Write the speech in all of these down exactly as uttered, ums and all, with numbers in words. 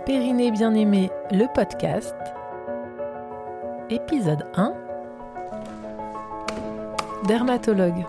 Périnée bien-aimée, le podcast, épisode un, dermatologue.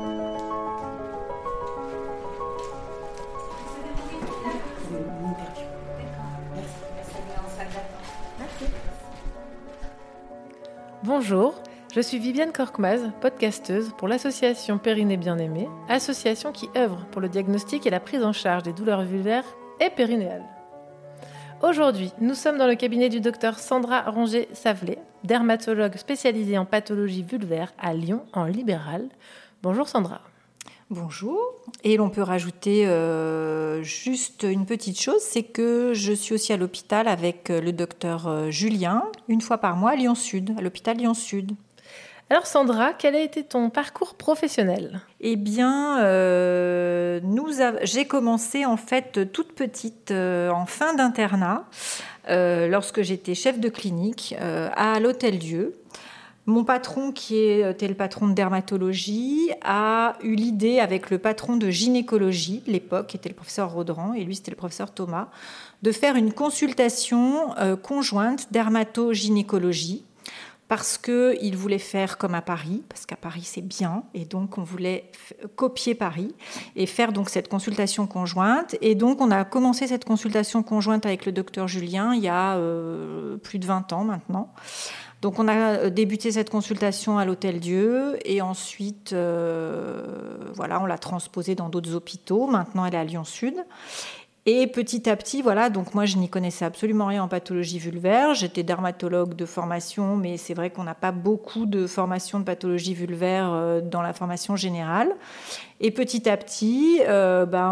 Bonjour, je suis Viviane Korkmaz, podcasteuse pour l'association Périnée bien-aimée, association qui œuvre pour le diagnostic et la prise en charge des douleurs vulvaires et périnéales. Aujourd'hui, nous sommes dans le cabinet du docteur Sandra Ronget-Savelet, dermatologue spécialisée en pathologie vulvaire à Lyon, en libéral. Bonjour Sandra. Bonjour. Et l'on peut rajouter euh, juste une petite chose, c'est que je suis aussi à l'hôpital avec le docteur Julien, une fois par mois à Lyon-Sud, à l'hôpital Lyon-Sud. Alors Sandra, quel a été ton parcours professionnel ? Eh bien, euh, nous a... j'ai commencé en fait toute petite, euh, en fin d'internat, euh, lorsque j'étais chef de clinique euh, à l'Hôtel-Dieu. Mon patron, qui était le patron de dermatologie, a eu l'idée avec le patron de gynécologie, de l'époque, qui était le professeur Rodran, et lui c'était le professeur Thomas, de faire une consultation euh, conjointe dermato-gynécologie. Parce qu'il voulait faire comme à Paris, parce qu'à Paris c'est bien, et donc on voulait f- copier Paris et faire donc cette consultation conjointe. Et donc on a commencé cette consultation conjointe avec le docteur Julien il y a euh, plus de vingt ans maintenant. Donc on a débuté cette consultation à l'Hôtel-Dieu et ensuite euh, voilà, on l'a transposée dans d'autres hôpitaux. Maintenant elle est à Lyon-Sud. Et petit à petit, voilà, donc moi je n'y connaissais absolument rien en pathologie vulvaire. J'étais dermatologue de formation, mais c'est vrai qu'on n'a pas beaucoup de formation de pathologie vulvaire dans la formation générale. Et petit à petit, euh, ben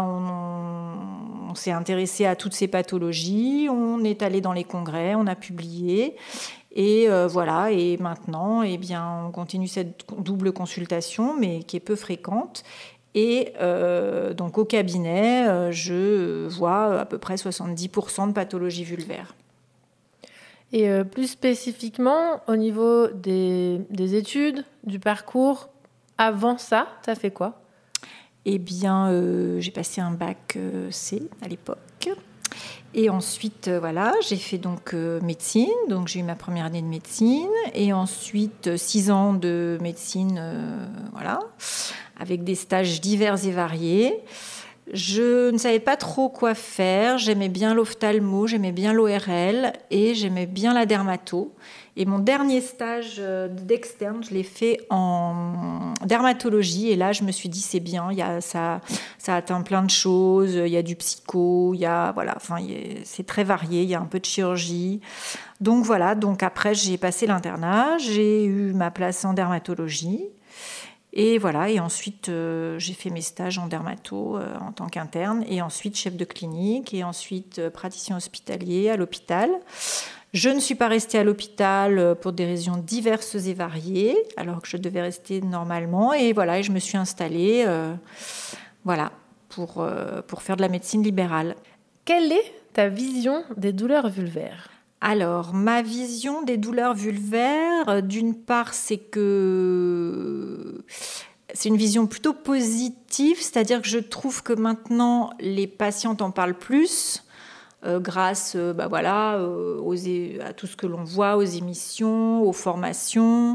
on, on s'est intéressé à toutes ces pathologies, on est allé dans les congrès, on a publié. Et euh, voilà, et maintenant, eh bien, on continue cette double consultation, mais qui est peu fréquente. Et euh, donc au cabinet, euh, je vois à peu près soixante-dix pour cent de pathologie vulvaire. Et euh, plus spécifiquement, au niveau des, des études, du parcours, avant ça, tu as fait quoi ? Eh bien, euh, j'ai passé un bac euh, C à l'époque. Et ensuite, euh, voilà, j'ai fait donc euh, médecine. Donc j'ai eu ma première année de médecine. Et ensuite, euh, six ans de médecine, euh, voilà, avec des stages divers et variés. Je ne savais pas trop quoi faire. J'aimais bien l'ophtalmo, j'aimais bien l'O R L et j'aimais bien la dermato. Et mon dernier stage d'externe, je l'ai fait en dermatologie. Et là, je me suis dit, c'est bien, il y a, ça, ça atteint plein de choses. Il y a du psycho, il y a, voilà, enfin, il y a, c'est très varié. Il y a un peu de chirurgie. Donc voilà, donc après, j'ai passé l'internat. J'ai eu ma place en dermatologie. Et voilà, et ensuite, euh, j'ai fait mes stages en dermato euh, en tant qu'interne, et ensuite chef de clinique, et ensuite euh, praticien hospitalier à l'hôpital. Je ne suis pas restée à l'hôpital pour des raisons diverses et variées, alors que je devais rester normalement, et voilà, et je me suis installée euh, voilà, pour, euh, pour faire de la médecine libérale. Quelle est ta vision des douleurs vulvaires ? Alors, ma vision des douleurs vulvaires, d'une part, c'est que c'est une vision plutôt positive, c'est-à-dire que je trouve que maintenant, les patientes en parlent plus, euh, grâce euh, bah voilà, euh, aux, à tout ce que l'on voit, aux émissions, aux formations,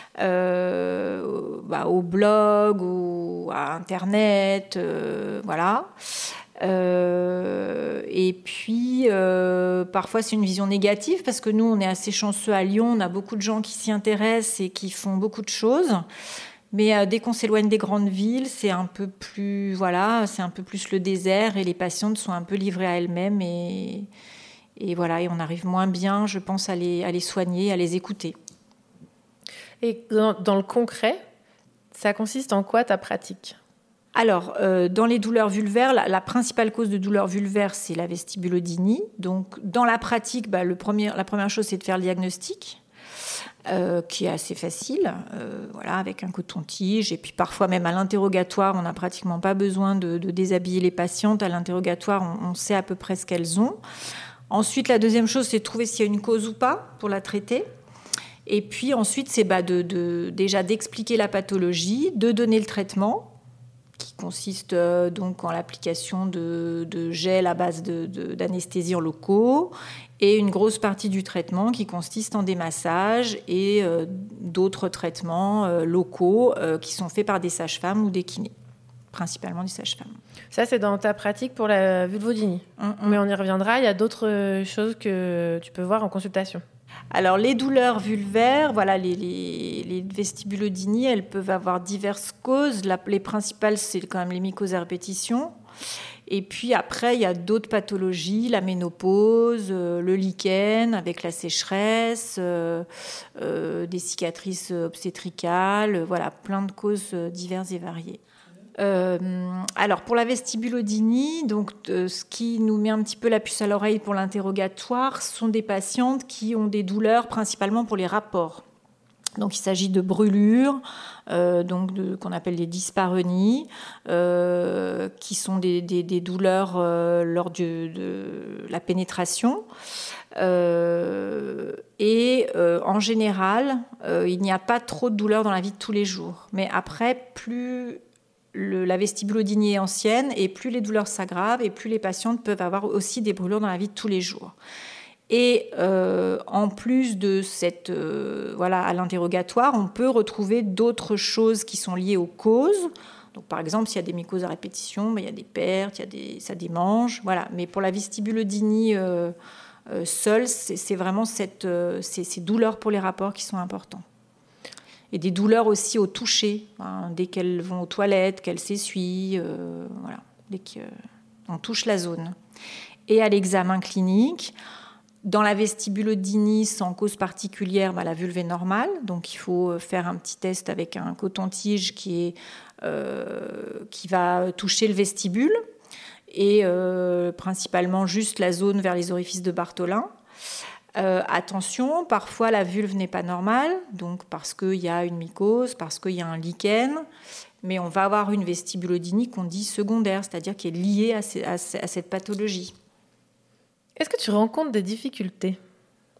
euh, bah, au blog, ou à Internet, euh, voilà. Euh, et puis euh, parfois c'est une vision négative parce que nous on est assez chanceux à Lyon, on a beaucoup de gens qui s'y intéressent et qui font beaucoup de choses, mais euh, dès qu'on s'éloigne des grandes villes c'est un peu plus voilà, c'est un peu plus le désert et les patientes sont un peu livrées à elles-mêmes et, et voilà, et on arrive moins bien, je pense, à les, à les soigner, à les écouter. Et dans, dans le concret, ça consiste en quoi ta pratique ? Alors, euh, dans les douleurs vulvaires, la, la principale cause de douleurs vulvaires, c'est la vestibulodynie. Donc, dans la pratique, bah, le premier, la première chose, c'est de faire le diagnostic, euh, qui est assez facile, euh, voilà, avec un coton-tige. Et puis, parfois, même à l'interrogatoire, on n'a pratiquement pas besoin de, de déshabiller les patientes. À l'interrogatoire, on, on sait à peu près ce qu'elles ont. Ensuite, la deuxième chose, c'est de trouver s'il y a une cause ou pas pour la traiter. Et puis, ensuite, c'est bah, de, de, déjà d'expliquer la pathologie, de donner le traitement, qui consiste euh, donc en l'application de, de gel à base de, de, d'anesthésiants locaux, et une grosse partie du traitement qui consiste en des massages et euh, d'autres traitements euh, locaux euh, qui sont faits par des sages-femmes ou des kinés, principalement des sages-femmes. Ça, c'est dans ta pratique pour la vulvodynie. Mm-hmm. Mais on y reviendra, il y a d'autres choses que tu peux voir en consultation. Alors, les douleurs vulvaires, voilà, les, les, les vestibulodynies, elles peuvent avoir diverses causes. La, les principales, c'est quand même les mycoses à répétition. Et puis après, il y a d'autres pathologies, la ménopause, euh, le lichen avec la sécheresse, euh, euh, des cicatrices obstétricales, euh, voilà, plein de causes diverses et variées. Euh, alors pour la vestibulodynie, donc euh, ce qui nous met un petit peu la puce à l'oreille pour l'interrogatoire, sont des patientes qui ont des douleurs principalement pour les rapports. Donc il s'agit de brûlures, euh, donc de, qu'on appelle des dyspareunies, euh, qui sont des, des, des douleurs euh, lors du, de la pénétration. Euh, et euh, en général, euh, il n'y a pas trop de douleurs dans la vie de tous les jours. Mais après, plus Le, la vestibulodynie est ancienne, et plus les douleurs s'aggravent, et plus les patientes peuvent avoir aussi des brûlures dans la vie de tous les jours. Et euh, en plus de cette, euh, voilà, à l'interrogatoire, on peut retrouver d'autres choses qui sont liées aux causes. Donc, par exemple, s'il y a des mycoses à répétition, ben, il y a des pertes, il y a des, ça démange, voilà. Mais pour la vestibulodynie euh, euh, seule, c'est, c'est vraiment cette, euh, ces, ces douleurs pour les rapports qui sont importantes. Et des douleurs aussi au toucher, hein, dès qu'elles vont aux toilettes, qu'elles s'essuient, euh, voilà, dès qu'on touche la zone. Et à l'examen clinique, dans la vestibulodynie sans cause particulière, bah, la vulve est normale, donc il faut faire un petit test avec un coton-tige qui, est, euh, qui va toucher le vestibule, et euh, principalement juste la zone vers les orifices de Bartholin. Euh, attention, parfois la vulve n'est pas normale, donc parce qu'il y a une mycose, parce qu'il y a un lichen, mais on va avoir une vestibulodynie qu'on dit secondaire, c'est-à-dire qui est liée à, ces, à, à cette pathologie. Est-ce que tu rencontres des difficultés, parfois ?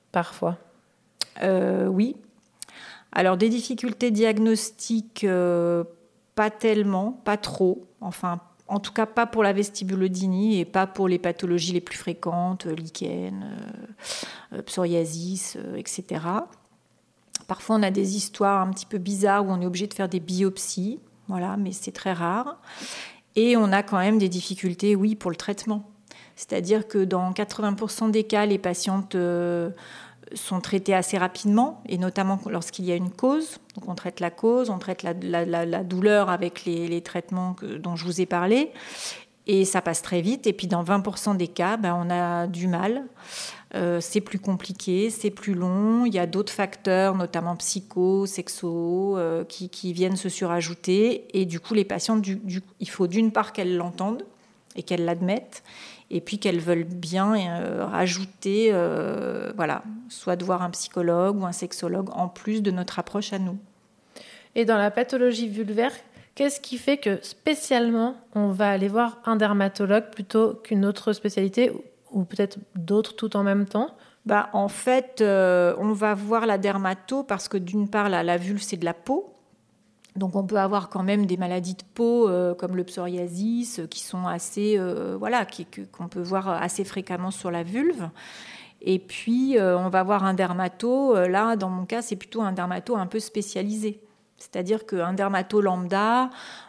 euh, Oui. Alors, des difficultés diagnostiques, euh, pas tellement, pas trop, enfin, en tout cas pas pour la vestibulodynie et pas pour les pathologies les plus fréquentes, lichen, euh, psoriasis, euh, et cetera. Parfois, on a des histoires un petit peu bizarres où on est obligé de faire des biopsies, voilà, mais c'est très rare. Et on a quand même des difficultés, oui, pour le traitement. C'est-à-dire que dans quatre-vingts pour cent des cas, les patientes euh, sont traitées assez rapidement, et notamment lorsqu'il y a une cause. Donc on traite la cause, on traite la, la, la, la douleur avec les, les traitements que, dont je vous ai parlé, et ça passe très vite. Et puis dans vingt pour cent des cas, ben, on a du mal. Euh, c'est plus compliqué, c'est plus long. Il y a d'autres facteurs, notamment psycho, sexo, euh, qui, qui viennent se surajouter. Et du coup, les patientes, du, du, il faut d'une part qu'elles l'entendent et qu'elles l'admettent, et puis qu'elles veulent bien euh, rajouter, euh, voilà, soit de voir un psychologue ou un sexologue en plus de notre approche à nous. Et dans la pathologie vulvaire, qu'est-ce qui fait que spécialement on va aller voir un dermatologue plutôt qu'une autre spécialité, ou peut-être d'autres tout en même temps ? Bah, en fait, euh, on va voir la dermato parce que d'une part, la, la vulve, c'est de la peau. Donc on peut avoir quand même des maladies de peau euh, comme le psoriasis euh, qui sont assez, euh, voilà, qui, que, qu'on peut voir assez fréquemment sur la vulve. Et puis euh, on va voir un dermato. Euh, là, dans mon cas, c'est plutôt un dermato un peu spécialisé. C'est-à-dire qu'un dermato lambda,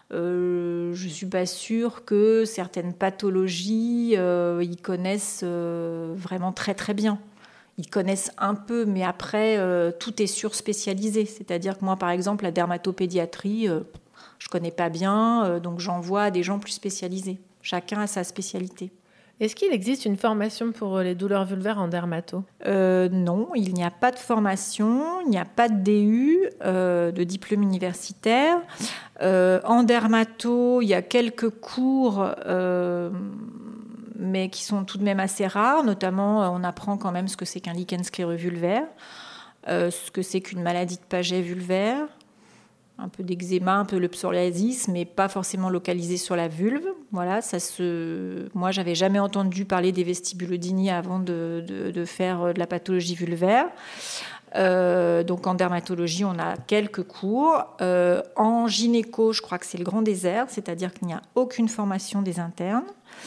euh, je ne suis pas sûre que certaines pathologies, euh, ils connaissent euh, vraiment très très bien. Ils connaissent un peu, mais après, euh, tout est surspécialisé. C'est-à-dire que moi, par exemple, la dermatopédiatrie, euh, je ne connais pas bien, euh, donc j'envoie à des gens plus spécialisés. Chacun a sa spécialité. Est-ce qu'il existe une formation pour les douleurs vulvaires en dermato ? euh, Non, il n'y a pas de formation, il n'y a pas de D U, euh, de diplôme universitaire. Euh, en dermato, il y a quelques cours... Euh, mais qui sont tout de même assez rares. Notamment, on apprend quand même ce que c'est qu'un lichen scléreux vulvaire, euh, ce que c'est qu'une maladie de Paget vulvaire, un peu d'eczéma, un peu le psoriasis, mais pas forcément localisé sur la vulve. Voilà, ça se... Moi, j'avais jamais entendu parler des vestibulodynies avant de, de, de faire de la pathologie vulvaire. Euh, donc en dermatologie, on a quelques cours. Euh, en gynéco, je crois que c'est le grand désert, c'est-à-dire qu'il n'y a aucune formation des internes.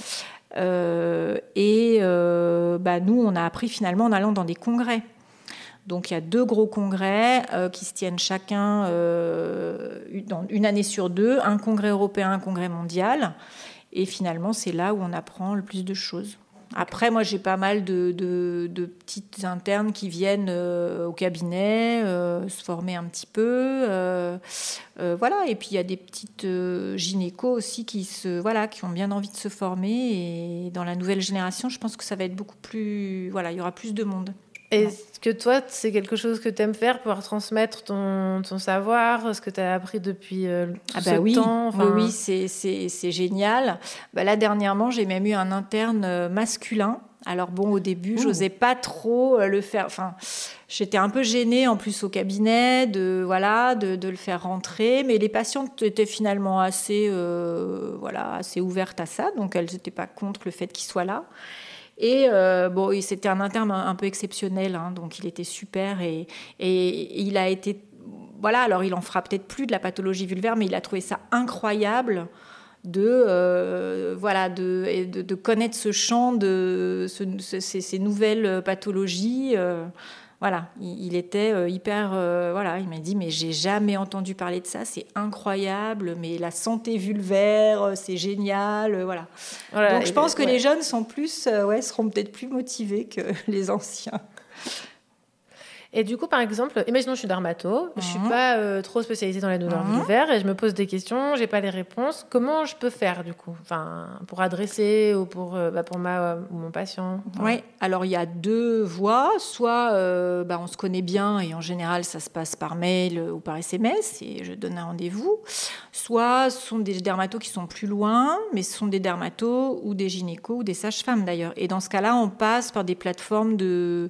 Euh, et euh, bah, nous, on a appris finalement en allant dans des congrès. Donc il y a deux gros congrès euh, qui se tiennent chacun euh, dans une année sur deux, un congrès européen, un congrès mondial. Et finalement, c'est là où on apprend le plus de choses. Après, moi, j'ai pas mal de, de, de petites internes qui viennent euh, au cabinet euh, se former un petit peu. Euh, euh, voilà. Et puis, il y a des petites euh, gynécos aussi qui, se, voilà, qui ont bien envie de se former. Et dans la nouvelle génération, je pense que ça va être beaucoup plus... Voilà, il y aura plus de monde. Est-ce que toi, c'est quelque chose que tu aimes faire, pouvoir transmettre ton, ton savoir, ce que tu as appris depuis euh, tout ah bah ce oui, temps enfin... Oui, oui, c'est, c'est, c'est génial. Bah là, dernièrement, j'ai même eu un interne masculin. Alors bon, au début, Ouh. j'osais pas trop le faire. Enfin, j'étais un peu gênée en plus au cabinet de, voilà, de, de le faire rentrer. Mais les patientes étaient finalement assez, euh, voilà, assez ouvertes à ça. Donc, elles n'étaient pas contre le fait qu'il soit là. Et euh, bon, c'était un interne un, un peu exceptionnel, hein, donc il était super et, et il a été, voilà, alors il en fera peut-être plus de la pathologie vulvaire, mais il a trouvé ça incroyable de, euh, voilà, de, de, de connaître ce champ de ce, ces, ces nouvelles pathologies. Euh, Voilà, il était hyper... Euh, voilà, il m'a dit, mais j'ai jamais entendu parler de ça, c'est incroyable, mais la santé vulvaire, c'est génial, voilà. voilà Donc, je pense que ouais. les jeunes sont plus, euh, ouais, seront peut-être plus motivés que les anciens. Et du coup, par exemple, imaginons que je suis dermato, mmh. je ne suis pas euh, trop spécialisée dans les douleurs mmh. vulvaires et je me pose des questions, je n'ai pas les réponses. Comment je peux faire, du coup, enfin, pour adresser ou pour, euh, bah, pour ma, ou mon patient enfin... Oui, alors il y a deux voies. Soit euh, bah, on se connaît bien et en général, ça se passe par mail ou par S M S et je donne un rendez-vous. Soit ce sont des dermatos qui sont plus loin, mais ce sont des dermatos ou des gynécos ou des sages-femmes d'ailleurs. Et dans ce cas-là, on passe par des plateformes de...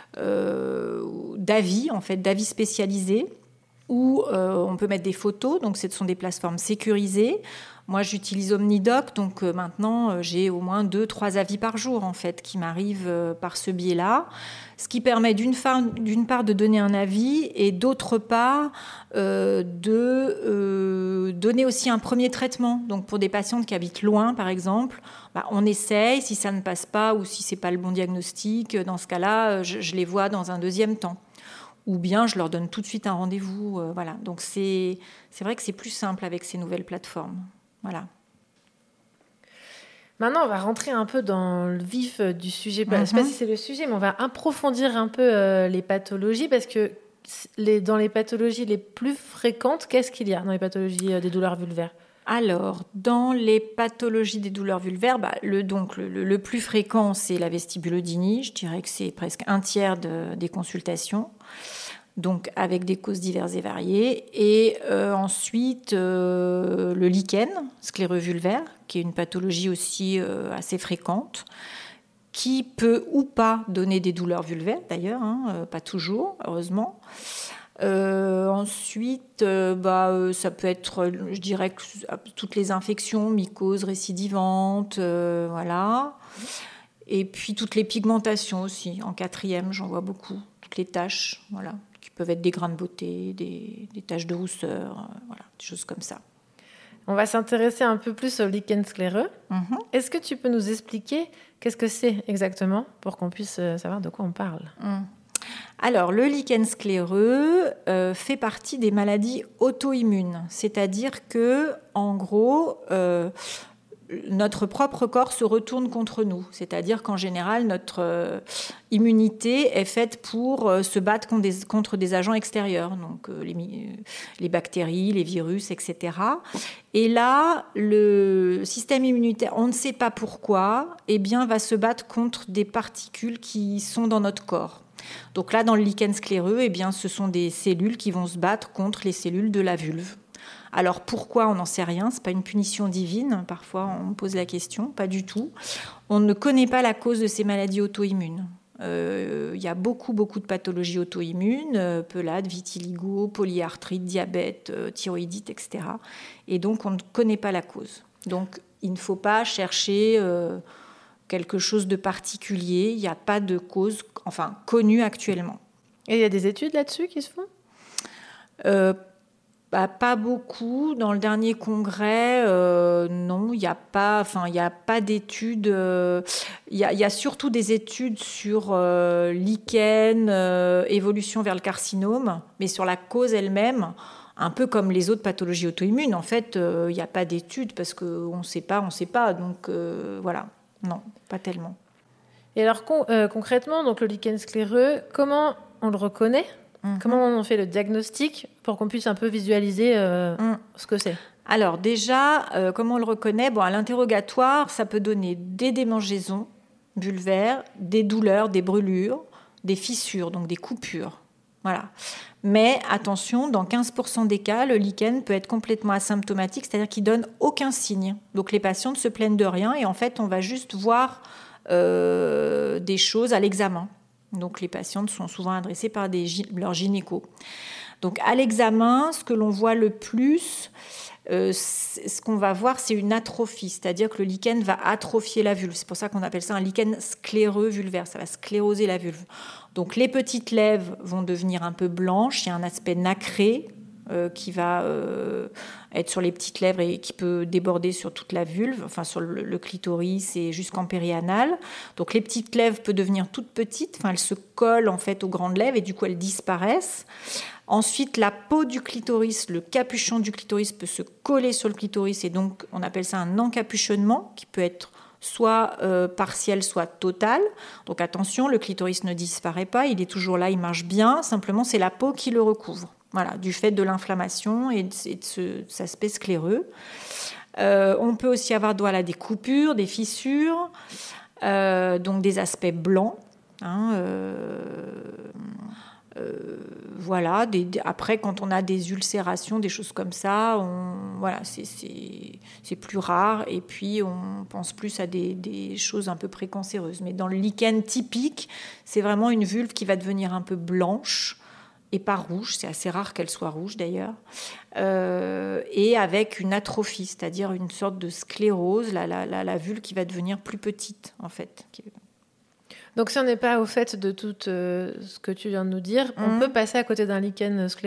Euh, d'avis, en fait, d'avis spécialisés où euh, on peut mettre des photos. Donc, ce sont des plateformes sécurisées. Moi, j'utilise Omnidoc, donc euh, maintenant, euh, j'ai au moins deux, trois avis par jour, en fait, qui m'arrivent euh, par ce biais-là. Ce qui permet d'une, fa- d'une part de donner un avis et d'autre part euh, de euh, donner aussi un premier traitement. Donc, pour des patientes qui habitent loin, par exemple, bah, on essaye. Si ça ne passe pas ou si ce n'est pas le bon diagnostic, dans ce cas-là, je, je les vois dans un deuxième temps. Ou bien je leur donne tout de suite un rendez-vous. Euh, voilà. Donc, c'est, c'est vrai que c'est plus simple avec ces nouvelles plateformes. Voilà. Maintenant, on va rentrer un peu dans le vif du sujet. Mm-hmm. Je ne sais pas si c'est le sujet, mais on va approfondir un peu euh, les pathologies parce que les, dans les pathologies les plus fréquentes, qu'est-ce qu'il y a dans les pathologies euh, des douleurs vulvaires ? Alors, dans les pathologies des douleurs vulvaires, bah, le, donc, le, le, le plus fréquent, c'est la vestibulodynie. Je dirais que c'est presque un tiers de, des consultations. Donc avec des causes diverses et variées. Et euh, ensuite, euh, le lichen, scléreux vulvaire, qui est une pathologie aussi euh, assez fréquente, qui peut ou pas donner des douleurs vulvaires, d'ailleurs, hein, euh, pas toujours, heureusement. Euh, ensuite, euh, bah, euh, ça peut être, je dirais, que toutes les infections, mycoses récidivantes, euh, voilà. Et puis toutes les pigmentations aussi. En quatrième, j'en vois beaucoup. Toutes les taches, voilà. Qui peuvent être des grains de beauté, des, des taches de rousseur, euh, voilà, des choses comme ça. On va s'intéresser un peu plus au lichen scléreux. Mm-hmm. Est-ce que tu peux nous expliquer qu'est-ce que c'est exactement pour qu'on puisse savoir de quoi on parle ? mm. Alors, le lichen scléreux euh, fait partie des maladies auto-immunes, c'est-à-dire que, en gros, euh, notre propre corps se retourne contre nous. C'est-à-dire qu'en général, notre euh, immunité est faite pour euh, se battre contre des, contre des agents extérieurs, donc euh, les, les bactéries, les virus, et cetera. Et là, le système immunitaire, on ne sait pas pourquoi, eh bien, va se battre contre des particules qui sont dans notre corps. Donc là, dans le lichen scléreux, eh bien, ce sont des cellules qui vont se battre contre les cellules de la vulve. Alors pourquoi, on n'en sait rien, ce n'est pas une punition divine, parfois on me pose la question, pas du tout. On ne connaît pas la cause de ces maladies auto-immunes. Euh, il y a beaucoup, beaucoup de pathologies auto-immunes, euh, pelade, vitiligo, polyarthrite, diabète, euh, thyroïdite, et cetera. Et donc on ne connaît pas la cause. Donc il ne faut pas chercher euh, quelque chose de particulier, il n'y a pas de cause enfin, connue actuellement. Et il y a des études là-dessus qui se font ? euh, bah, Pas beaucoup. Dans le dernier congrès, euh, non, il n'y a pas, enfin, il n'y a pas d'études. Il euh, y, y a surtout des études sur euh, lichen, euh, évolution vers le carcinome, mais sur la cause elle-même, un peu comme les autres pathologies auto-immunes. En fait, il euh, n'y a pas d'études parce qu'on ne sait pas, on ne sait pas. Donc, euh, voilà, non, pas tellement. Et alors, con- euh, concrètement, donc, le lichen scléreux, comment on le reconnaît ? Mmh. Comment on fait le diagnostic pour qu'on puisse un peu visualiser euh, mmh. ce que c'est ? Alors déjà, euh, comment on le reconnaît ? Bon, à l'interrogatoire, ça peut donner des démangeaisons vulvaires, des douleurs, des brûlures, des fissures, donc des coupures. Voilà. Mais attention, dans quinze pour cent des cas, le lichen peut être complètement asymptomatique, c'est-à-dire qu'il ne donne aucun signe. Donc les patients ne se plaignent de rien et en fait, on va juste voir euh, des choses à l'examen. Donc les patientes sont souvent adressées par des, leurs gynécos. Donc à l'examen, ce que l'on voit le plus, euh, ce qu'on va voir, c'est une atrophie, c'est-à-dire que le lichen va atrophier la vulve. C'est pour ça qu'on appelle ça un lichen scléreux vulvaire, ça va scléroser la vulve. Donc les petites lèvres vont devenir un peu blanches, il y a un aspect nacré euh, qui va euh, être sur les petites lèvres et qui peut déborder sur toute la vulve, enfin sur le, le clitoris et jusqu'en périanal. Donc les petites lèvres peuvent devenir toutes petites, enfin elles se collent en fait aux grandes lèvres et du coup elles disparaissent. Ensuite, la peau du clitoris, le capuchon du clitoris peut se coller sur le clitoris et donc on appelle ça un encapuchonnement qui peut être soit euh, partiel, soit total. Donc attention, le clitoris ne disparaît pas, il est toujours là, il marche bien, simplement c'est la peau qui le recouvre. Voilà, du fait de l'inflammation et de, et de ce, de cet aspect scléreux. Euh, on peut aussi avoir voilà, des coupures, des fissures, euh, donc des aspects blancs. Hein, euh, Euh, voilà, des, des, après quand on a des ulcérations, des choses comme ça, on, voilà, c'est, c'est, c'est plus rare et puis on pense plus à des, des choses un peu précancéreuses. Mais dans le lichen typique, c'est vraiment une vulve qui va devenir un peu blanche et pas rouge, c'est assez rare qu'elle soit rouge d'ailleurs, euh, et avec une atrophie, c'est-à-dire une sorte de sclérose, la, la, la, la vulve qui va devenir plus petite en fait. Donc, si on n'est pas au fait de tout euh, ce que tu viens de nous dire, mmh. on peut passer à côté d'un lichen scléreux ?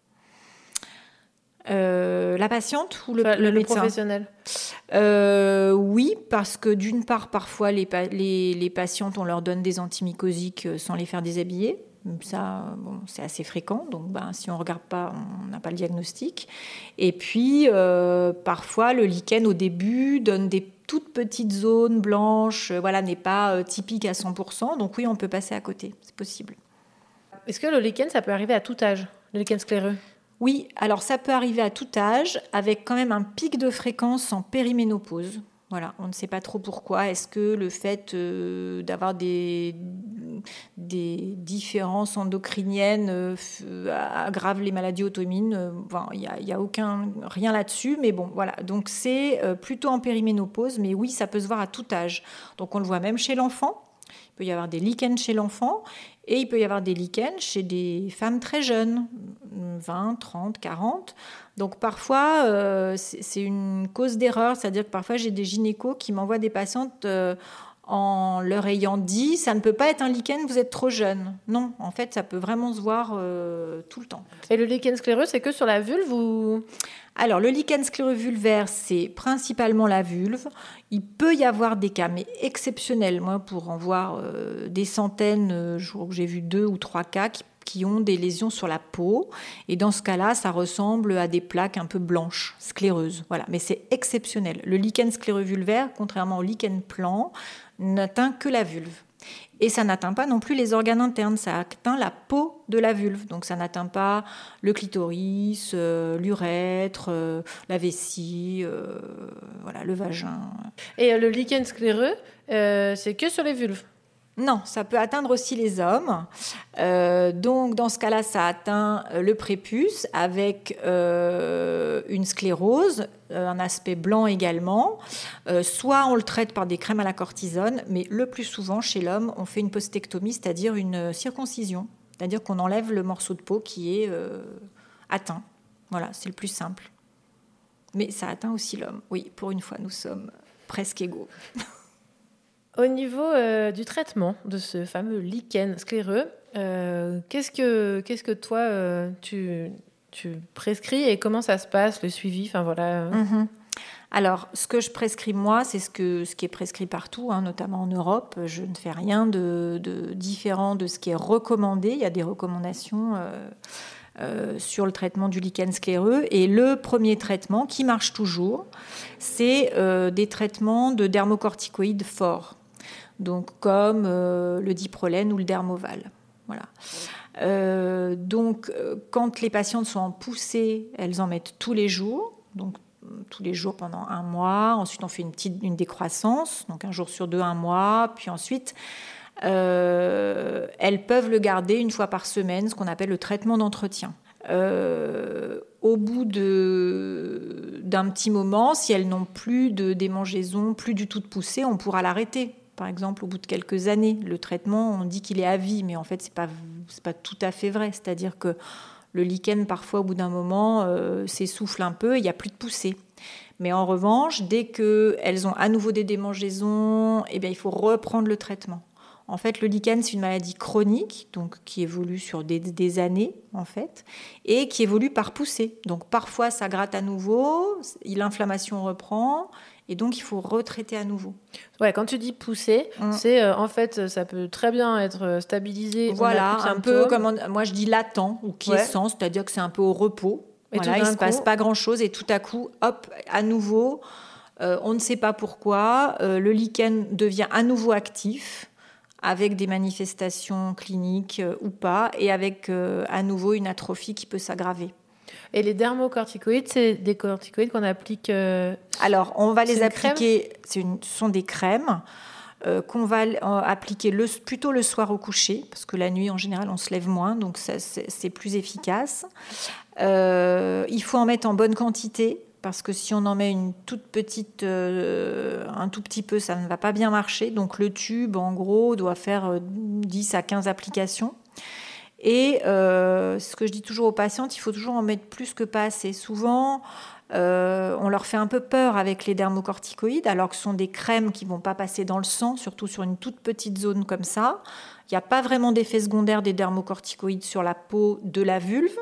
euh, La patiente ou le, enfin, le, le, le médecin professionnel euh, Oui, parce que d'une part, parfois, les, les, les patientes, on leur donne des antimycosiques sans les faire déshabiller. Ça, bon, c'est assez fréquent, donc ben, si on ne regarde pas, on n'a pas le diagnostic. Et puis, euh, parfois, le lichen, au début, donne des toutes petites zones blanches, euh, voilà, n'est pas euh, typique à cent pour cent. Donc oui, on peut passer à côté, c'est possible. Est-ce que le lichen, ça peut arriver à tout âge, le lichen scléreux ? Oui, alors ça peut arriver à tout âge, avec quand même un pic de fréquence en périménopause. Voilà, on ne sait pas trop pourquoi. Est-ce que le fait euh, d'avoir des, des différences endocriniennes euh, aggrave les maladies auto-immunes ? Bon, il n'y a, y a aucun, rien là-dessus, mais bon, voilà. Donc c'est euh, plutôt en périménopause, mais oui, ça peut se voir à tout âge. Donc on le voit même chez l'enfant. Il peut y avoir des lichens chez l'enfant et il peut y avoir des lichens chez des femmes très jeunes, vingt, trente, quarante. Donc parfois, euh, c'est, c'est une cause d'erreur, c'est-à-dire que parfois j'ai des gynécos qui m'envoient des patientes euh, en leur ayant dit « ça ne peut pas être un lichen, vous êtes trop jeune ». Non, en fait, ça peut vraiment se voir euh, tout le temps. Et le lichen scléreux, c'est que sur la vulve ou... Alors, le lichen scléreux vulvaire, c'est principalement la vulve. Il peut y avoir des cas, mais exceptionnels. Moi, pour en voir euh, des centaines, euh, j'ai vu deux ou trois cas qui, qui ont des lésions sur la peau. Et dans ce cas-là, ça ressemble à des plaques un peu blanches, scléreuses. Voilà. Mais c'est exceptionnel. Le lichen scléreux vulvaire, contrairement au lichen plan, n'atteint que la vulve. Et ça n'atteint pas non plus les organes internes, ça atteint la peau de la vulve. Donc ça n'atteint pas le clitoris, euh, l'urètre, euh, la vessie, euh, voilà, le vagin. Et euh, le lichen scléreux, euh, c'est que sur les vulves ? Non, ça peut atteindre aussi les hommes. Euh, donc, dans ce cas-là, ça atteint le prépuce avec euh, une sclérose, euh, un aspect blanc également. Euh, soit on le traite par des crèmes à la cortisone, mais le plus souvent, chez l'homme, on fait une postectomie, c'est-à-dire une circoncision. C'est-à-dire qu'on enlève le morceau de peau qui est euh, atteint. Voilà, c'est le plus simple. Mais ça atteint aussi l'homme. Oui, pour une fois, nous sommes presque égaux. Au niveau euh, du traitement de ce fameux lichen scléreux, Euh, qu'est-ce que, qu'est-ce que toi, euh, tu, tu prescris et comment ça se passe, le suivi, enfin voilà. Mmh. Alors, ce que je prescris moi, c'est ce, que, ce qui est prescrit partout, hein, notamment en Europe. Je ne fais rien de, de différent de ce qui est recommandé. Il y a des recommandations euh, euh, sur le traitement du lichen scléreux. Et le premier traitement, qui marche toujours, c'est euh, des traitements de dermocorticoïdes forts, donc comme euh, le diprolène ou le dermoval. Voilà. Euh, donc, euh, quand les patientes sont en poussée, elles en mettent tous les jours. Donc, tous les jours pendant un mois. Ensuite, on fait une petite une décroissance, donc un jour sur deux, un mois. Puis ensuite, euh, elles peuvent le garder une fois par semaine, ce qu'on appelle le traitement d'entretien. Euh, au bout de, d'un petit moment, si elles n'ont plus de démangeaison, plus du tout de poussée, on pourra l'arrêter. Par exemple, au bout de quelques années, le traitement, on dit qu'il est à vie, mais en fait, c'est pas, c'est pas tout à fait vrai. C'est-à-dire que le lichen, parfois, au bout d'un moment, euh, s'essouffle un peu et il n'y a plus de poussée. Mais en revanche, dès qu'elles ont à nouveau des démangeaisons, eh bien, il faut reprendre le traitement. En fait, le lichen, c'est une maladie chronique, donc qui évolue sur des, des années, en fait, et qui évolue par poussée. Donc, parfois, ça gratte à nouveau, l'inflammation reprend, et donc, il faut retraiter à nouveau. Ouais, quand tu dis pousser, mmh. c'est euh, en fait, ça peut très bien être stabilisé. Voilà, un peu comme on, moi je dis latent ou quiescent, ouais. C'est-à-dire que c'est un peu au repos. Et voilà, il ne se coup... passe pas grand-chose et tout à coup, hop, à nouveau, euh, on ne sait pas pourquoi, euh, le lichen devient à nouveau actif avec des manifestations cliniques euh, ou pas et avec euh, à nouveau une atrophie qui peut s'aggraver. Et les dermocorticoïdes, c'est des corticoïdes qu'on applique euh, Alors, on va les appliquer, c'est une, ce sont des crèmes euh, qu'on va euh, appliquer le, plutôt le soir au coucher, parce que la nuit, en général, on se lève moins, donc ça, c'est, c'est plus efficace. Euh, il faut en mettre en bonne quantité, parce que si on en met une toute petite, euh, un tout petit peu, ça ne va pas bien marcher. Donc, le tube, en gros, doit faire dix à quinze applications. Et euh, ce que je dis toujours aux patientes, il faut toujours en mettre plus que pas assez. Souvent, euh, on leur fait un peu peur avec les dermocorticoïdes, alors que ce sont des crèmes qui ne vont pas passer dans le sang, surtout sur une toute petite zone comme ça. Il n'y a pas vraiment d'effet secondaire des dermocorticoïdes sur la peau de la vulve,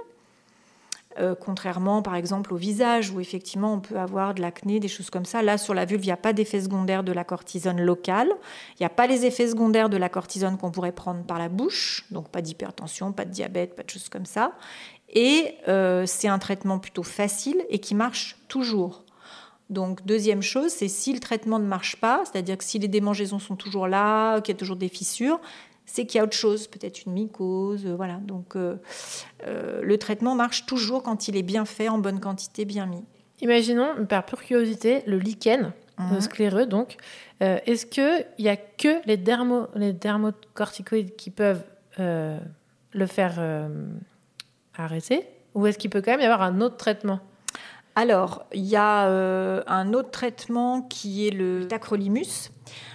euh, contrairement par exemple au visage, où effectivement on peut avoir de l'acné, des choses comme ça. Là, sur la vulve, il n'y a pas d'effet secondaire de la cortisone locale. Il n'y a pas les effets secondaires de la cortisone qu'on pourrait prendre par la bouche, donc pas d'hypertension, pas de diabète, pas de choses comme ça. Et euh, c'est un traitement plutôt facile et qui marche toujours. Donc, deuxième chose, c'est si le traitement ne marche pas, c'est-à-dire que si les démangeaisons sont toujours là, qu'il y a toujours des fissures, c'est qu'il y a autre chose, peut-être une mycose, euh, voilà. Donc, euh, euh, le traitement marche toujours quand il est bien fait, en bonne quantité, bien mis. Imaginons, par pure curiosité, le lichen mmh. scléreux, donc, euh, est-ce qu'il n'y a que les, dermo, les dermocorticoïdes qui peuvent euh, le faire euh, arrêter, ou est-ce qu'il peut quand même y avoir un autre traitement ? Alors, il y a euh, un autre traitement qui est le tacrolimus.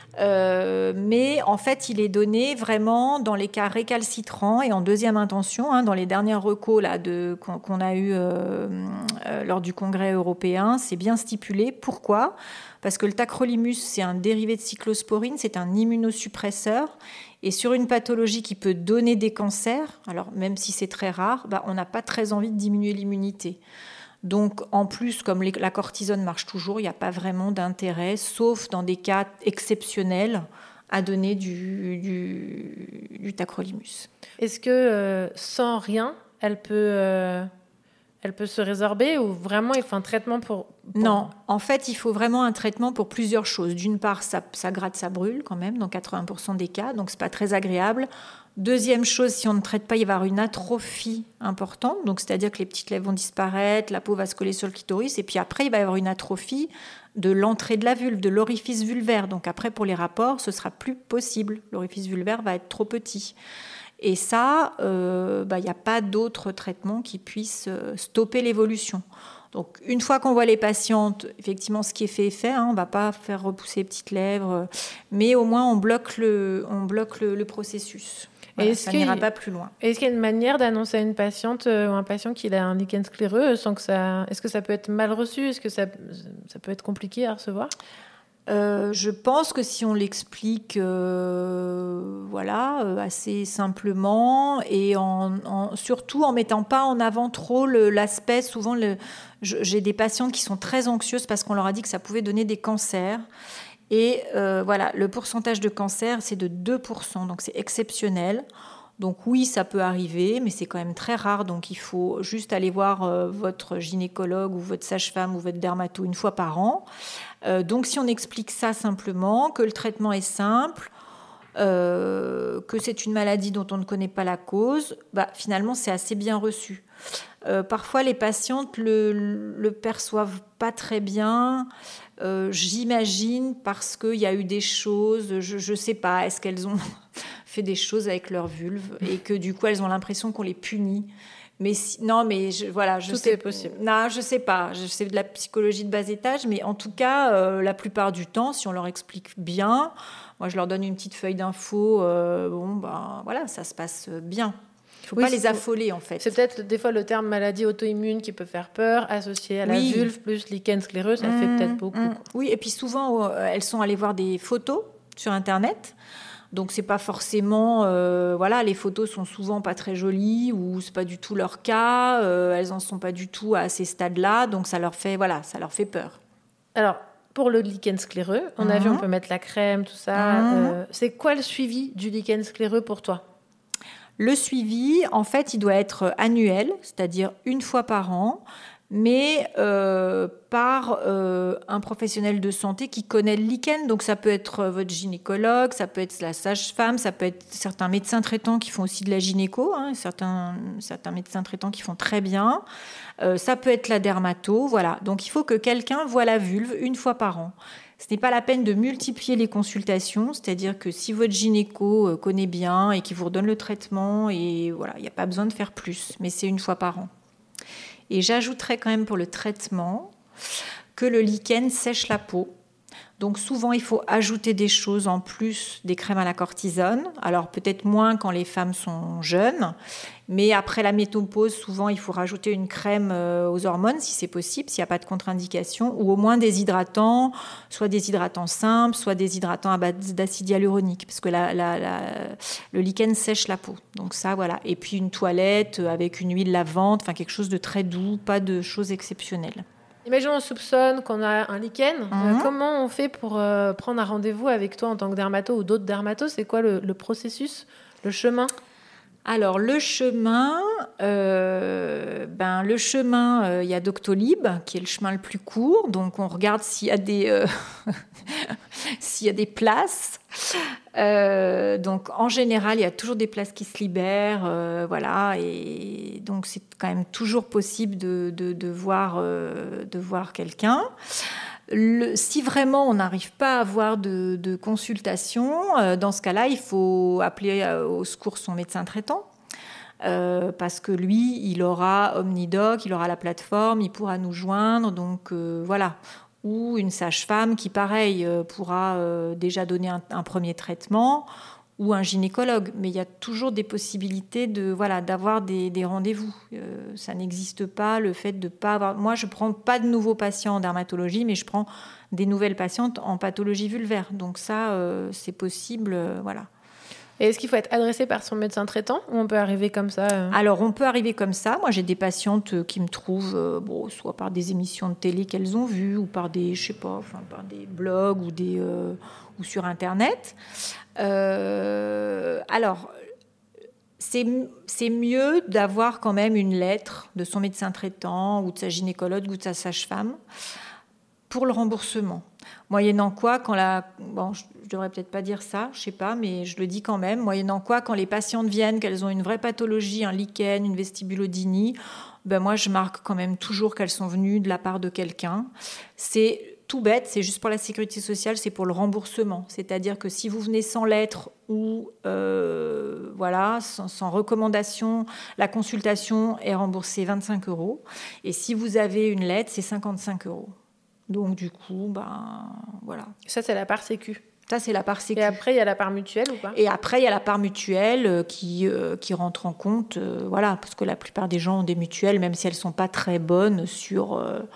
Euh, mais en fait, il est donné vraiment dans les cas récalcitrants et en deuxième intention, hein, dans les dernières recos là, de, qu'on, qu'on a eu euh, euh, lors du congrès européen, c'est bien stipulé. Pourquoi ? Parce que le tacrolimus, c'est un dérivé de cyclosporine, c'est un immunosuppresseur. Et sur une pathologie qui peut donner des cancers, alors même si c'est très rare, bah, on n'a pas très envie de diminuer l'immunité. Donc, en plus, comme les, la cortisone marche toujours, il n'y a pas vraiment d'intérêt, sauf dans des cas exceptionnels, à donner du, du, du tacrolimus. Est-ce que euh, sans rien, elle peut, euh, elle peut se résorber ou vraiment il faut un traitement pour, pour... Non, en fait, il faut vraiment un traitement pour plusieurs choses. D'une part, ça, ça gratte, ça brûle quand même, dans quatre-vingts pour cent des cas, donc ce n'est pas très agréable. Deuxième chose, si on ne traite pas, il va y avoir une atrophie importante, donc c'est-à-dire que les petites lèvres vont disparaître, la peau va se coller sur le clitoris, et puis après, il va y avoir une atrophie de l'entrée de la vulve, de l'orifice vulvaire. Donc après, pour les rapports, ce sera plus possible. L'orifice vulvaire va être trop petit. Et ça, euh, bah, y a pas d'autre traitement qui puisse stopper l'évolution. Donc, une fois qu'on voit les patientes, effectivement, ce qui est fait est fait. Hein, on ne va pas faire repousser les petites lèvres, mais au moins, on bloque le, on bloque le, le processus. Voilà, est-ce ça qu'il, n'ira pas plus loin. Est-ce qu'il y a une manière d'annoncer à une patiente euh, ou un patient qu'il a un lichen scléreux sans que ça... Est-ce que ça peut être mal reçu ? Est-ce que ça, ça peut être compliqué à recevoir ? Euh, je pense que si on l'explique euh, voilà, euh, assez simplement et en, en, surtout en mettant pas en avant trop le, l'aspect, souvent le, je, j'ai des patientes qui sont très anxieuses parce qu'on leur a dit que ça pouvait donner des cancers. Et euh, voilà, le pourcentage de cancer, c'est de deux pour cent, donc c'est exceptionnel. Donc oui, ça peut arriver, mais c'est quand même très rare. Donc il faut juste aller voir euh, votre gynécologue ou votre sage-femme ou votre dermato une fois par an. Euh, donc si on explique ça simplement, que le traitement est simple, euh, que c'est une maladie dont on ne connaît pas la cause, bah, finalement c'est assez bien reçu. Euh, parfois les patientes le, le perçoivent pas très bien, euh, j'imagine parce qu'il y a eu des choses, je ne sais pas, est-ce qu'elles ont fait des choses avec leur vulve et que du coup elles ont l'impression qu'on les punit. Mais si, non, mais je, voilà, je tout sais, est possible. Non, je sais pas. Je sais de la psychologie de bas étage, mais en tout cas, euh, la plupart du temps, si on leur explique bien, moi je leur donne une petite feuille d'info. Euh, bon, ben voilà, ça se passe bien. Il ne faut oui, pas les affoler en fait. C'est peut-être des fois le terme maladie auto-immune qui peut faire peur, associé à oui. la vulve plus lichen scléreux, ça mmh, fait peut-être beaucoup. Mmh. Oui, et puis souvent euh, elles sont allées voir des photos sur Internet. Donc c'est pas forcément, euh, voilà, les photos sont souvent pas très jolies ou c'est pas du tout leur cas. Euh, elles en sont pas du tout à ces stades-là, donc ça leur fait, voilà, ça leur fait peur. Alors pour le lichen scléreux, on mmh. a vu, on peut mettre la crème, tout ça. Mmh. Euh, c'est quoi le suivi du lichen scléreux pour toi ? Le suivi, en fait, il doit être annuel, c'est-à-dire une fois par an, mais euh, par euh, un professionnel de santé qui connaît le lichen. Donc ça peut être votre gynécologue, ça peut être la sage-femme, ça peut être certains médecins traitants qui font aussi de la gynéco, hein, certains, certains médecins traitants qui font très bien. Euh, ça peut être la dermato, voilà. Donc il faut que quelqu'un voie la vulve une fois par an. Ce n'est pas la peine de multiplier les consultations, c'est-à-dire que si votre gynéco connaît bien et qu'il vous redonne le traitement, et voilà, il n'y a pas besoin de faire plus, mais c'est une fois par an. Et j'ajouterais quand même pour le traitement que le lichen sèche la peau. Donc souvent, il faut ajouter des choses en plus des crèmes à la cortisone. Alors peut-être moins quand les femmes sont jeunes, mais après la ménopause, souvent, il faut rajouter une crème aux hormones si c'est possible, s'il n'y a pas de contre-indication, ou au moins des hydratants, soit des hydratants simples, soit des hydratants à base d'acide hyaluronique, parce que la, la, la, le lichen sèche la peau. Donc ça, voilà. Et puis une toilette avec une huile lavante, enfin quelque chose de très doux, pas de choses exceptionnelles. Imaginons on soupçonne qu'on a un lichen. Mmh. Euh, comment on fait pour euh, prendre un rendez-vous avec toi en tant que dermato ou d'autres dermatos ? C'est quoi le, le processus, le chemin ? Alors, le chemin, euh, ben, le chemin, il euh, y a Doctolib, qui est le chemin le plus court. Donc, on regarde s'il y a des, euh, s'il y a des places. Euh, donc, en général, il y a toujours des places qui se libèrent. Euh, voilà. Et donc, c'est quand même toujours possible de, de, de, voir, euh, de voir quelqu'un. Le, si vraiment on n'arrive pas à avoir de, de consultation, euh, dans ce cas-là, il faut appeler euh, au secours son médecin traitant. Euh, parce que lui, il aura Omnidoc, il aura la plateforme, il pourra nous joindre. Donc euh, voilà. Ou une sage-femme qui, pareil, euh, pourra euh, déjà donner un, un premier traitement, ou un gynécologue. Mais il y a toujours des possibilités de, voilà, d'avoir des, des rendez-vous. Euh, ça n'existe pas, le fait de ne pas avoir... Moi, je ne prends pas de nouveaux patients en dermatologie, mais je prends des nouvelles patientes en pathologie vulvaire. Donc ça, euh, c'est possible, euh, voilà. Et est-ce qu'il faut être adressé par son médecin traitant ou on peut arriver comme ça euh... Alors, on peut arriver comme ça. Moi, j'ai des patientes qui me trouvent, euh, bon, soit par des émissions de télé qu'elles ont vues, ou par des, je sais pas, enfin, par des blogs ou, des, euh, ou sur Internet. Euh, alors, c'est, c'est mieux d'avoir quand même une lettre de son médecin traitant ou de sa gynécologue ou de sa sage-femme pour le remboursement. Moyennant quoi, quand la... Bon, je ne devrais peut-être pas dire ça, je ne sais pas, mais je le dis quand même. Moyennant quoi, quand les patientes viennent, qu'elles ont une vraie pathologie, un lichen, une vestibulodynie, ben moi, je marque quand même toujours qu'elles sont venues de la part de quelqu'un. C'est tout bête, c'est juste pour la sécurité sociale, c'est pour le remboursement. C'est-à-dire que si vous venez sans lettre ou euh, voilà, sans, sans recommandation, la consultation est remboursée vingt-cinq euros. Et si vous avez une lettre, c'est cinquante-cinq euros. Donc du coup, ben voilà. Ça, c'est la part sécu. Ça, c'est la part sécu. Et après, il y a la part mutuelle ou pas ? Et après, il y a la part mutuelle euh, qui, euh, qui rentre en compte, euh, voilà, parce que la plupart des gens ont des mutuelles, même si elles ne sont pas très bonnes sur... Euh,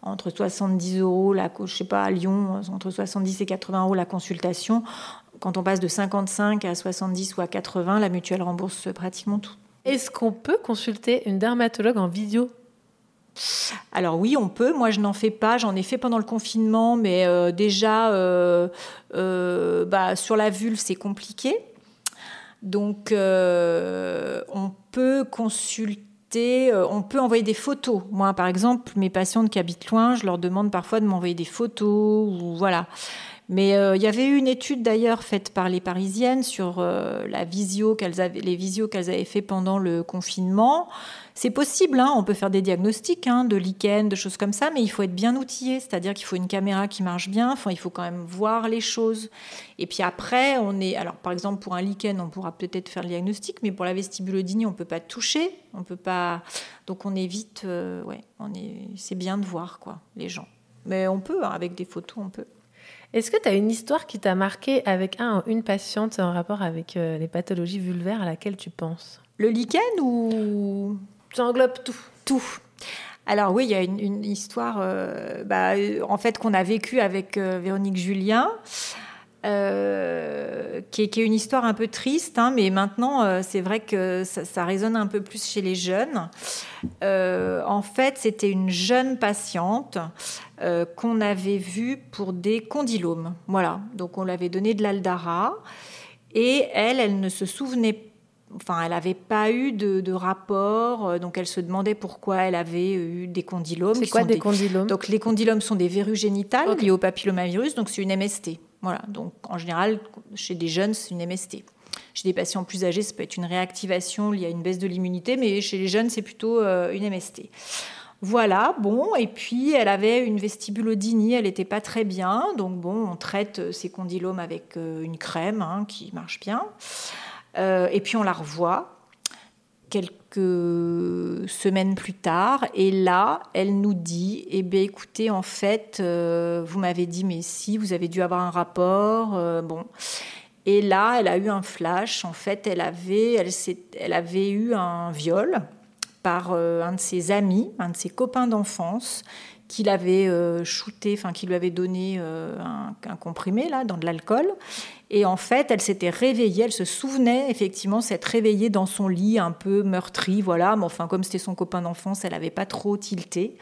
entre soixante-dix euros, la, je sais pas, à Lyon, entre soixante-dix et quatre-vingts euros la consultation. Quand on passe de cinquante-cinq à soixante-dix ou à quatre-vingts, la mutuelle rembourse pratiquement tout. Est-ce qu'on peut consulter une dermatologue en visio ? Alors oui, on peut. Moi, je n'en fais pas. J'en ai fait pendant le confinement, mais euh, déjà, euh, euh, bah, sur la vulve, c'est compliqué. Donc, euh, on peut consulter, euh, on peut envoyer des photos. Moi, par exemple, mes patientes qui habitent loin, je leur demande parfois de m'envoyer des photos, ou voilà. Mais il euh, y avait eu une étude d'ailleurs faite par les Parisiennes sur euh, la visio qu'elles avaient, les visios qu'elles avaient fait pendant le confinement. C'est possible, hein, on peut faire des diagnostics hein, de lichen, de choses comme ça, mais il faut être bien outillé, c'est-à-dire qu'il faut une caméra qui marche bien, enfin, il faut quand même voir les choses. Et puis après, on est, alors par exemple pour un lichen, on pourra peut-être faire le diagnostic, mais pour la vestibulodynie, on ne peut pas toucher, on peut pas, donc on évite, euh, ouais, on est, c'est bien de voir quoi, les gens. Mais on peut, hein, avec des photos, on peut. Est-ce que tu as une histoire qui t'a marqué avec un ou une patiente en rapport avec euh, les pathologies vulvaires à laquelle tu penses ? Le lichen ou... Ça englobe tout. Tout. Alors oui, il y a une, une histoire euh, bah, en fait, qu'on a vécue avec euh, Véronique Julien, euh, qui, est, qui est une histoire un peu triste, hein, mais maintenant, euh, c'est vrai que ça, ça résonne un peu plus chez les jeunes. Euh, en fait, c'était une jeune patiente euh, qu'on avait vue pour des condylomes. Voilà, donc on lui avait donné de l'Aldara, et elle, elle ne se souvenait pas. Enfin, elle n'avait pas eu de, de rapport, donc elle se demandait pourquoi elle avait eu des condylomes. C'est quoi des, des condylomes ? Donc les condylomes sont des verrues génitales okay. liées au papillomavirus, donc c'est une M S T. Voilà, donc en général, chez des jeunes, c'est une M S T. Chez des patients plus âgés, ça peut être une réactivation liée à une baisse de l'immunité, mais chez les jeunes, c'est plutôt euh, une M S T. Voilà, bon, et puis elle avait une vestibulodynie, elle n'était pas très bien, donc bon, on traite ces condylomes avec euh, une crème hein, qui marche bien. Euh, et puis on la revoit quelques semaines plus tard, et là, elle nous dit, eh bien écoutez, en fait, euh, vous m'avez dit, mais si, vous avez dû avoir un rapport, euh, bon. Et là, elle a eu un flash, en fait, elle avait, elle, elle avait eu un viol par euh, un de ses amis, un de ses copains d'enfance, qui l'avait euh, shooté, enfin qui lui avait donné euh, un, un comprimé là, dans de l'alcool. Et en fait, elle s'était réveillée, elle se souvenait effectivement s'être réveillée dans son lit un peu meurtri, voilà. Mais enfin, comme c'était son copain d'enfance, elle n'avait pas trop tilté.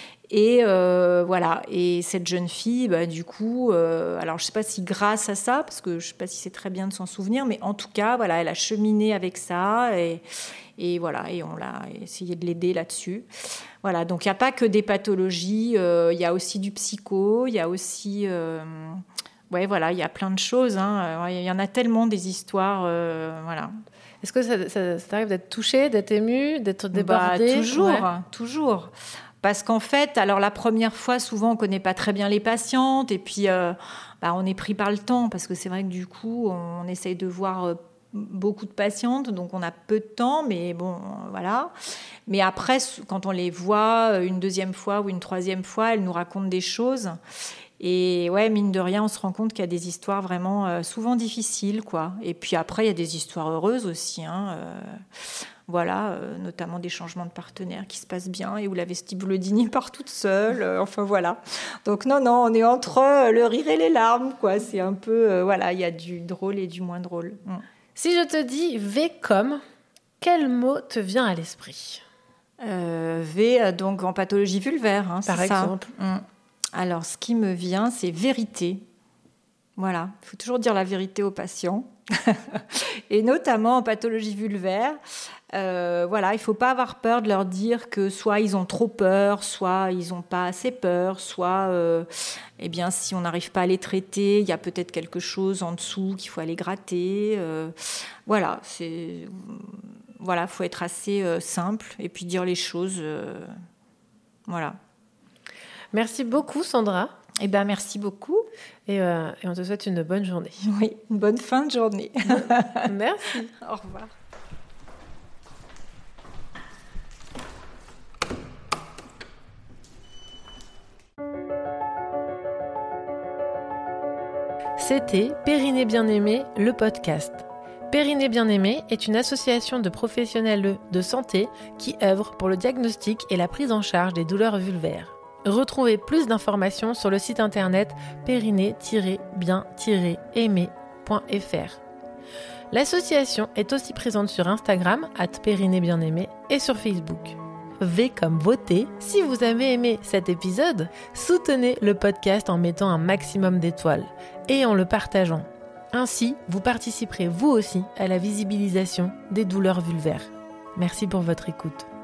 Et euh, voilà. Et cette jeune fille, bah, du coup, euh, alors je ne sais pas si grâce à ça, parce que je ne sais pas si c'est très bien de s'en souvenir, mais en tout cas, voilà, elle a cheminé avec ça et, et voilà, et on l'a essayé de l'aider là-dessus. Voilà, donc il n'y a pas que des pathologies, euh, il y a aussi du psycho, il y a aussi... Euh, ouais, voilà, il y a plein de choses. Hein. Il y en a tellement des histoires, euh, voilà. Est-ce que ça, ça, ça t'arrive d'être touchée, d'être émue, d'être débordée ? Bah, toujours, ouais. toujours. Parce qu'en fait, alors la première fois, souvent, on ne connaît pas très bien les patientes, et puis euh, bah, on est pris par le temps, parce que c'est vrai que du coup, on, on essaye de voir euh, beaucoup de patientes, donc on a peu de temps, mais bon, voilà. Mais après, quand on les voit une deuxième fois ou une troisième fois, elles nous racontent des choses. Et ouais, mine de rien, on se rend compte qu'il y a des histoires vraiment euh, souvent difficiles, quoi. Et puis après, il y a des histoires heureuses aussi, hein. Euh, voilà, euh, notamment des changements de partenaires qui se passent bien et où la vestibulodynie part toute seule. Euh, enfin voilà. Donc non, non, on est entre euh, le rire et les larmes, quoi. C'est un peu, euh, voilà, il y a du drôle et du moins drôle. Mm. Si je te dis V comme, quel mot te vient à l'esprit ? euh, V, donc en pathologie vulvaire, hein, par c'est exemple. Ça. Mm. Alors, ce qui me vient, c'est vérité. Voilà, il faut toujours dire la vérité aux patients. Et notamment en pathologie vulvaire, euh, voilà, il ne faut pas avoir peur de leur dire que soit ils ont trop peur, soit ils n'ont pas assez peur, soit, euh, eh bien, si on n'arrive pas à les traiter, il y a peut-être quelque chose en dessous qu'il faut aller gratter. Euh, voilà, c'est, voilà, faut être assez euh, simple et puis dire les choses. Euh, voilà. Merci beaucoup, Sandra. Eh ben, merci beaucoup. Et, euh, et on te souhaite une bonne journée. Oui, une bonne fin de journée. Merci. Au revoir. C'était Périnée Bien-Aimée, le podcast. Périnée Bien-Aimée est une association de professionnels de santé qui œuvre pour le diagnostic et la prise en charge des douleurs vulvaires. Retrouvez plus d'informations sur le site internet périnée tiret bien tiret aimé point f r. L'association est aussi présente sur Instagram, arobase périnée bien aimé, et sur Facebook. V comme voter. Si vous avez aimé cet épisode, soutenez le podcast en mettant un maximum d'étoiles et en le partageant. Ainsi, vous participerez vous aussi à la visibilisation des douleurs vulvaires. Merci pour votre écoute.